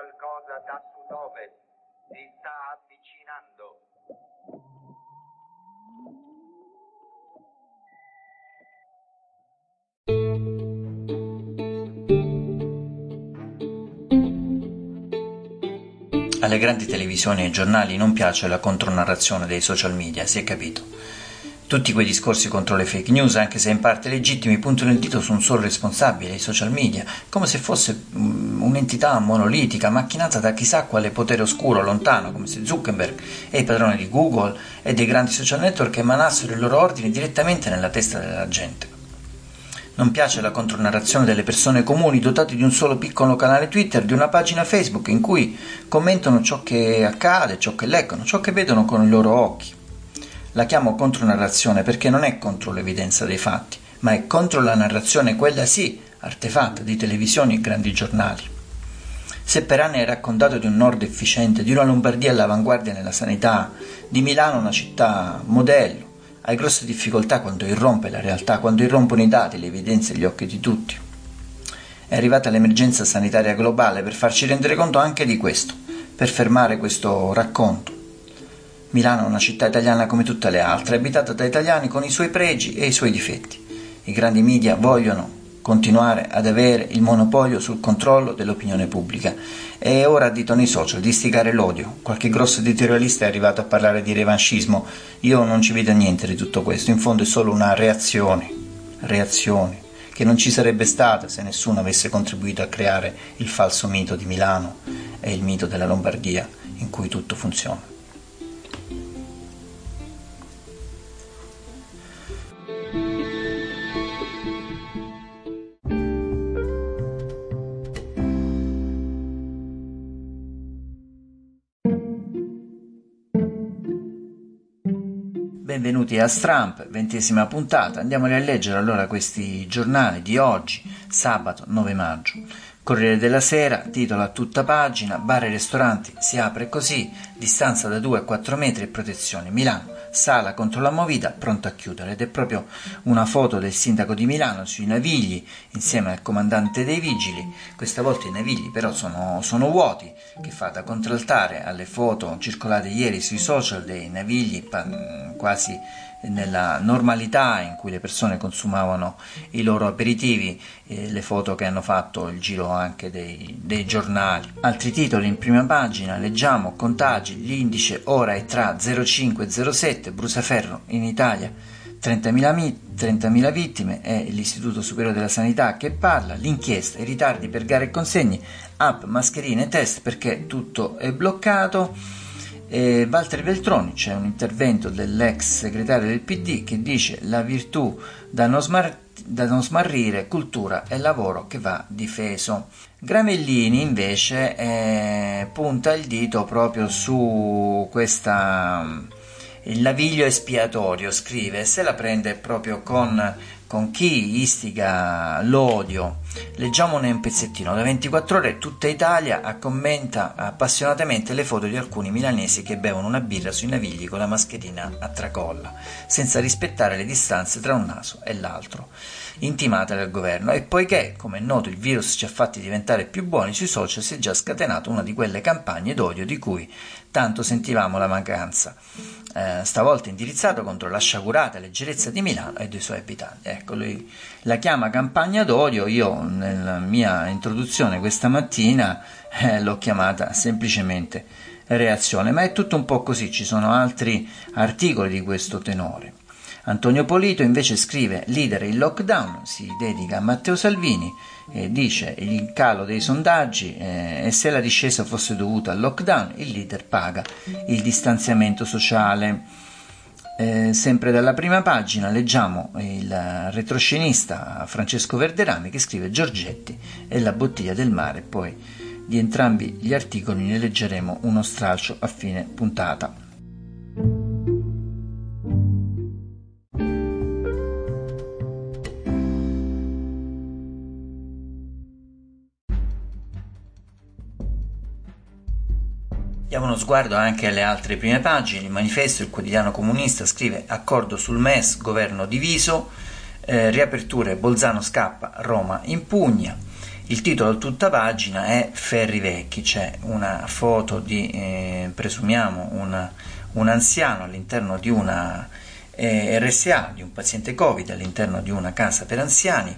qualcosa da sud-ovest. Si sta avvicinando. Alle grandi televisioni e ai giornali non piace la contronarrazione dei social media, si è capito. Tutti quei discorsi contro le fake news, anche se in parte legittimi, puntano il dito su un solo responsabile, i social media, come se fosse un'entità monolitica, macchinata da chissà quale potere oscuro lontano, come se Zuckerberg e i padroni di Google e dei grandi social network emanassero i loro ordini direttamente nella testa della gente. Non piace la contronarrazione delle persone comuni dotate di un solo piccolo canale Twitter, di una pagina Facebook in cui commentano ciò che accade, ciò che leggono, ciò che vedono con i loro occhi. La chiamo contronarrazione perché non è contro l'evidenza dei fatti, ma è contro la narrazione, quella sì, artefatta di televisioni e grandi giornali. Se per anni hai raccontato di un nord efficiente, di una Lombardia all'avanguardia nella sanità, di Milano una città modello, hai grosse difficoltà quando irrompe la realtà, quando irrompono i dati, le evidenze e gli occhi di tutti. È arrivata l'emergenza sanitaria globale per farci rendere conto anche di questo, per fermare questo racconto. Milano è una città italiana come tutte le altre, abitata da italiani con i suoi pregi e i suoi difetti. I grandi media vogliono continuare ad avere il monopolio sul controllo dell'opinione pubblica. È ora, dito nei social, di istigare l'odio. Qualche grosso editorialista è arrivato a parlare di revanscismo. Io non ci vedo niente di tutto questo, in fondo è solo una reazione, che non ci sarebbe stata se nessuno avesse contribuito a creare il falso mito di Milano e il mito della Lombardia, in cui tutto funziona. Benvenuti a Stramp, 20ª puntata. Andiamoli a leggere allora questi giornali di oggi, sabato 9 maggio. Corriere della Sera, titolo a tutta pagina, bar e ristoranti, si apre così, distanza da 2 a 4 metri e protezione. Milano, sala contro la movida, pronto a chiudere. Ed è proprio una foto del sindaco di Milano sui Navigli, insieme al comandante dei vigili. Questa volta i Navigli però sono vuoti, che fa da contraltare alle foto circolate ieri sui social dei Navigli, quasi nella normalità in cui le persone consumavano i loro aperitivi, le foto che hanno fatto il giro anche dei giornali. Altri titoli in prima pagina, leggiamo: contagi, l'indice ora è tra 0,5 e 0,7, bruciaferro in Italia 30.000 vittime, è l'Istituto Superiore della Sanità che parla, l'inchiesta, i ritardi per gare e consegne, app, mascherine, test perché tutto è bloccato. Walter Veltroni, c'è un intervento dell'ex segretario del PD che dice la virtù da non smarrire, cultura e lavoro che va difeso. Gramellini invece punta il dito proprio su il naviglio espiatorio, scrive, se la prende proprio con chi istiga l'odio. Leggiamone un pezzettino. Da 24 ore tutta Italia commenta appassionatamente le foto di alcuni milanesi che bevono una birra sui Navigli con la mascherina a tracolla, senza rispettare le distanze tra un naso e l'altro, intimate dal governo. E poiché, come è noto, il virus ci ha fatti diventare più buoni, sui social si è già scatenata una di quelle campagne d'odio di cui tanto sentivamo la mancanza, stavolta indirizzato contro la sciagurata leggerezza di Milano e dei suoi abitanti. Ecco, lui la chiama campagna d'odio, io nella mia introduzione questa mattina l'ho chiamata semplicemente reazione, ma è tutto un po' così, ci sono altri articoli di questo tenore. Antonio Polito invece scrive: leader il lockdown, si dedica a Matteo Salvini, dice il calo dei sondaggi e se la discesa fosse dovuta al lockdown il leader paga il distanziamento sociale. Sempre dalla prima pagina leggiamo il retroscenista Francesco Verderami che scrive Giorgetti e la bottiglia del mare. Poi di entrambi gli articoli ne leggeremo uno stralcio a fine puntata. Diamo uno sguardo anche alle altre prime pagine. Il Manifesto, il quotidiano comunista, scrive accordo sul MES, governo diviso, riaperture, Bolzano scappa, Roma impugna. Il titolo a tutta pagina è Ferri vecchi, c'è una foto di, presumiamo, un anziano all'interno di una RSA, di un paziente Covid all'interno di una casa per anziani.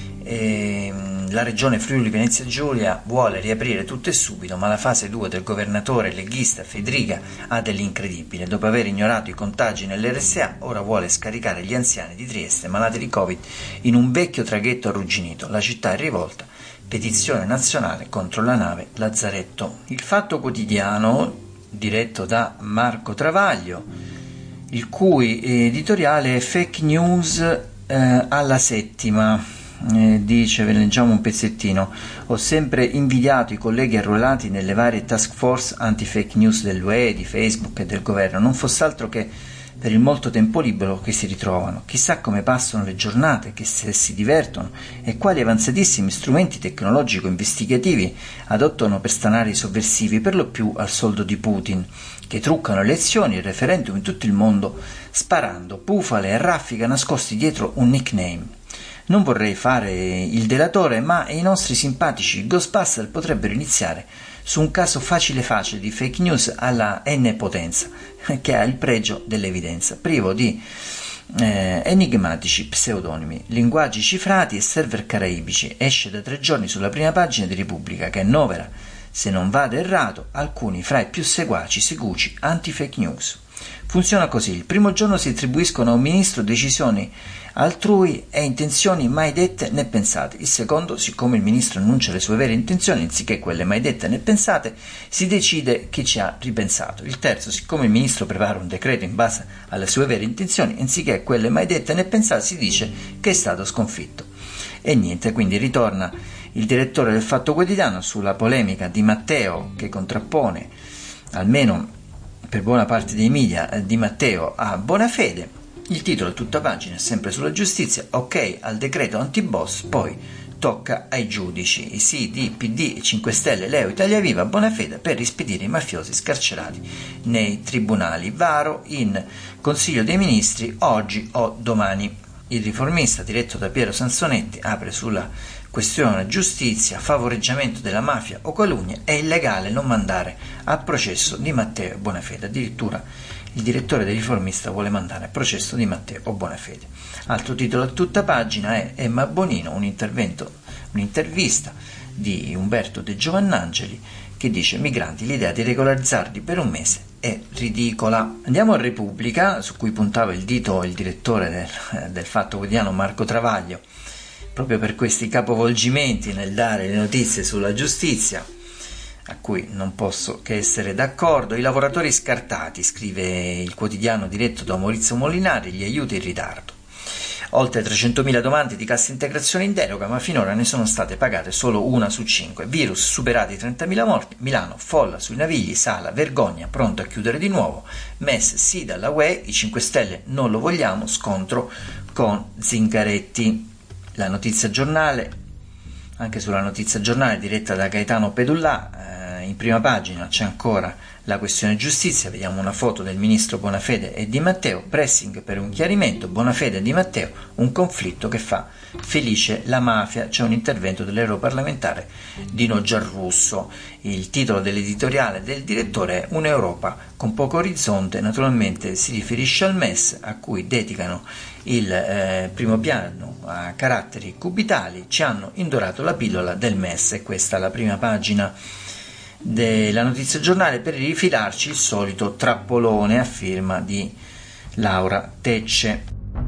La regione Friuli Venezia Giulia vuole riaprire tutto e subito, ma la fase 2 del governatore leghista Fedriga ha dell'incredibile. Dopo aver ignorato i contagi nell'RSA, ora vuole scaricare gli anziani di Trieste malati di Covid in un vecchio traghetto arrugginito. La città è rivolta, petizione nazionale contro la nave Lazzaretto. Il Fatto Quotidiano, diretto da Marco Travaglio, il cui editoriale è Fake News alla settima. Dice, ve ne leggiamo un pezzettino: ho sempre invidiato i colleghi arruolati nelle varie task force anti-fake news dell'UE, di Facebook e del governo, non fosse altro che per il molto tempo libero che si ritrovano. Chissà come passano le giornate, che se si divertono e quali avanzatissimi strumenti tecnologico-investigativi adottano per stanare i sovversivi, per lo più al soldo di Putin, che truccano elezioni e referendum in tutto il mondo sparando bufale e raffica nascosti dietro un nickname. Non vorrei fare il delatore, ma i nostri simpatici Ghostbuster potrebbero iniziare su un caso facile di fake news alla n potenza, che ha il pregio dell'evidenza, privo di enigmatici pseudonimi, linguaggi cifrati e server caraibici. Esce da 3 giorni sulla prima pagina di Repubblica, che annovera, se non vado errato, alcuni fra i più seguaci anti-fake news. Funziona così: il primo giorno si attribuiscono a un ministro decisioni altrui e intenzioni mai dette né pensate. Il secondo, siccome il ministro annuncia le sue vere intenzioni anziché quelle mai dette né pensate, si decide che ci ha ripensato. Il terzo, siccome il ministro prepara un decreto in base alle sue vere intenzioni anziché quelle mai dette né pensate, si dice che è stato sconfitto. E niente, quindi ritorna il direttore del Fatto Quotidiano sulla polemica di Matteo, che contrappone, almeno per buona parte dei media, Di Matteo a Bonafede. Il titolo a tutta pagina è sempre sulla giustizia: ok al decreto antiboss, poi tocca ai giudici. I sì di PD, 5 Stelle, Leo, Italia Viva, Bonafede per rispedire i mafiosi scarcerati nei tribunali. Varo in Consiglio dei Ministri oggi o domani. Il Riformista, diretto da Piero Sansonetti, apre sulla questione giustizia, favoreggiamento della mafia o calunnia. È illegale non mandare a processo Di Matteo e Bonafede. Addirittura il direttore del Riformista vuole mandare a processo Di Matteo o Bonafede. Altro titolo a tutta pagina è Emma Bonino, un'intervista di Umberto De Giovannangeli, che dice: migranti, l'idea di regolarizzarli per un mese è ridicola. Andiamo a Repubblica, su cui puntava il dito il direttore del Fatto Quotidiano Marco Travaglio, proprio per questi capovolgimenti nel dare le notizie sulla giustizia, a cui non posso che essere d'accordo. I lavoratori scartati, scrive il quotidiano diretto da Maurizio Molinari, gli aiuti in ritardo. Oltre 300.000 domande di cassa integrazione in deroga, ma finora ne sono state pagate solo 1 su 5. Virus, superati 30.000 morti. Milano, folla sui Navigli. Sala, vergogna, pronto a chiudere di nuovo. MES, sì dalla UE, i 5 Stelle non lo vogliamo, scontro con Zingaretti. La Notizia Giornale, anche sulla Notizia Giornale diretta da Gaetano Pedullà, in prima pagina c'è ancora la questione giustizia. Vediamo una foto del ministro Bonafede e Di Matteo, pressing per un chiarimento, Bonafede e Di Matteo, un conflitto che fa felice la mafia. C'è un intervento dell'europarlamentare Dino Giarrusso. Il titolo dell'editoriale del direttore è Un'Europa con poco orizzonte. Naturalmente si riferisce al MES, a cui dedicano il primo piano a caratteri cubitali. Ci hanno indorato la pillola del MES, e questa è la prima pagina della Notizia Giornale, per rifilarci il solito trappolone a firma di Laura Tecce.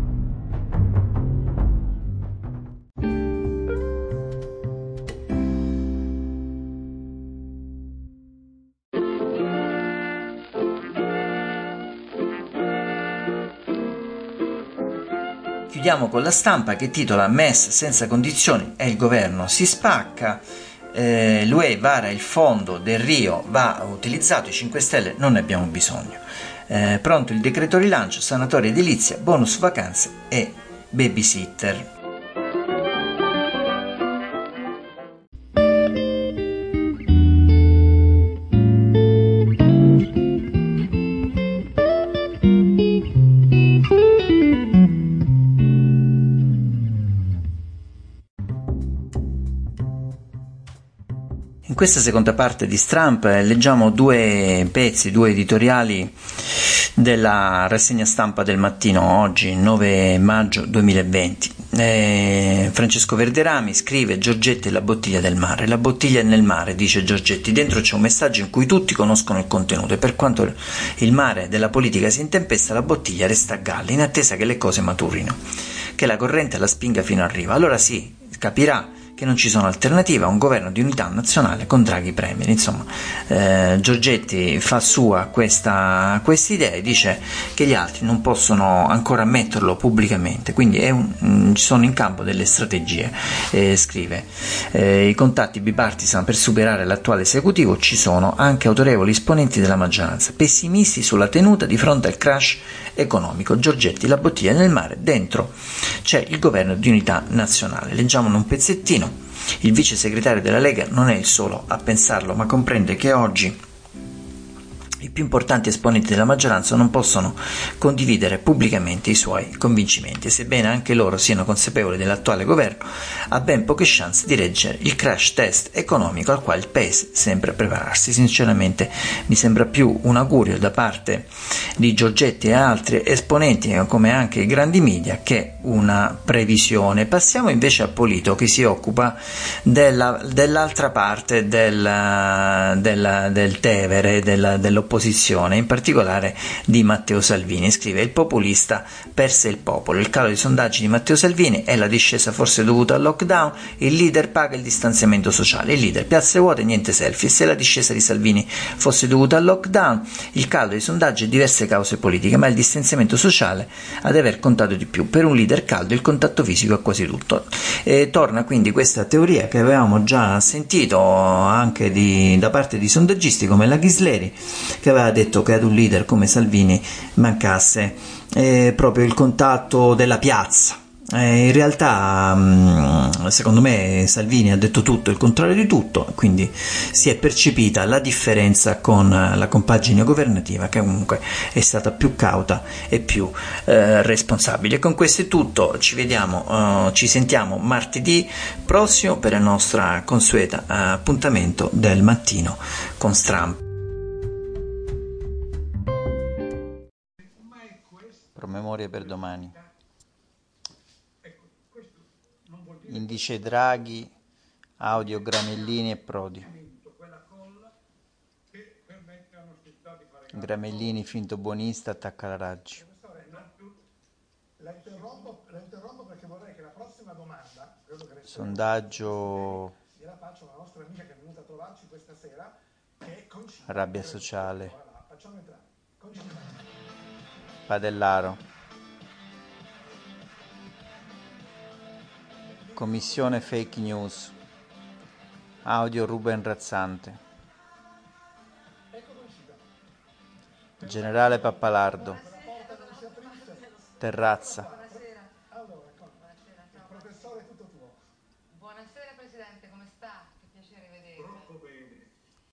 Chiudiamo con La Stampa, che titola MES senza condizioni e il governo si spacca. L'UE vara il fondo del Rio, va utilizzato, i 5 Stelle non ne abbiamo bisogno. Pronto il decreto rilancio, sanatoria edilizia, bonus vacanze e babysitter. questa seconda parte di Stramp leggiamo due pezzi, due editoriali della rassegna stampa del Mattino, oggi 9 maggio 2020. Francesco Verderami scrive: Giorgetti e la bottiglia del mare. La bottiglia è nel mare, dice Giorgetti, dentro c'è un messaggio in cui tutti conoscono il contenuto, e per quanto il mare della politica si intempesta, la bottiglia resta a galla in attesa che le cose maturino, che la corrente la spinga fino a riva. Allora sì, capirà che non ci sono alternative a un governo di unità nazionale con Draghi premier. Insomma, Giorgetti fa sua questa idea e dice che gli altri non possono ancora ammetterlo pubblicamente, quindi ci sono in campo delle strategie. Scrive: i contatti bipartisan per superare l'attuale esecutivo ci sono, anche autorevoli esponenti della maggioranza pessimisti sulla tenuta di fronte al crash economico. Giorgetti, la bottiglia nel mare, dentro c'è il governo di unità nazionale. Leggiamone un pezzettino. Il vice segretario della Lega non è il solo a pensarlo, ma comprende che oggi i più importanti esponenti della maggioranza non possono condividere pubblicamente i suoi convincimenti, e sebbene anche loro siano consapevoli dell'attuale governo, ha ben poche chance di reggere il crash test economico al quale il Paese sembra prepararsi. Sinceramente mi sembra più un augurio da parte di Giorgetti e altri esponenti, come anche i grandi media, che una previsione. Passiamo invece a Polito, che si occupa dell'altra parte del Tevere, dell'opposizione, in particolare di Matteo Salvini. Scrive: il populista perse il popolo, il calo dei sondaggi di Matteo Salvini è la discesa forse dovuta al lockdown, il leader paga il distanziamento sociale, il leader piazze vuote e niente selfie. Se la discesa di Salvini fosse dovuta al lockdown, il calo dei sondaggi e diverse cause politiche, ma il distanziamento sociale ad aver contato di più. Per un leader caldo il contatto fisico è quasi tutto. Torna quindi questa teoria che avevamo già sentito anche da parte di sondaggisti come la Ghisleri, che aveva detto che ad un leader come Salvini mancasse proprio il contatto della piazza. In realtà, secondo me, Salvini ha detto tutto, il contrario di tutto, quindi si è percepita la differenza con la compagine governativa, che comunque è stata più cauta e più responsabile. Con questo è tutto, ci sentiamo martedì prossimo per il nostro consueto appuntamento del mattino con Stramp. Promemoria per domani. Indice Draghi, audio Gramellini e Prodi. Gramellini, finto buonista, attacca la Raggi. La interrompo perché vorrei che la prossima domanda, Sondaggio gliela faccio alla nostra amica che è venuta a trovarci questa sera, che è Concita. Rabbia sociale. Voilà, facciamo entrare. Concita. Padellaro. Commissione fake news. Audio Ruben Razzante. Generale Pappalardo. Terrazza.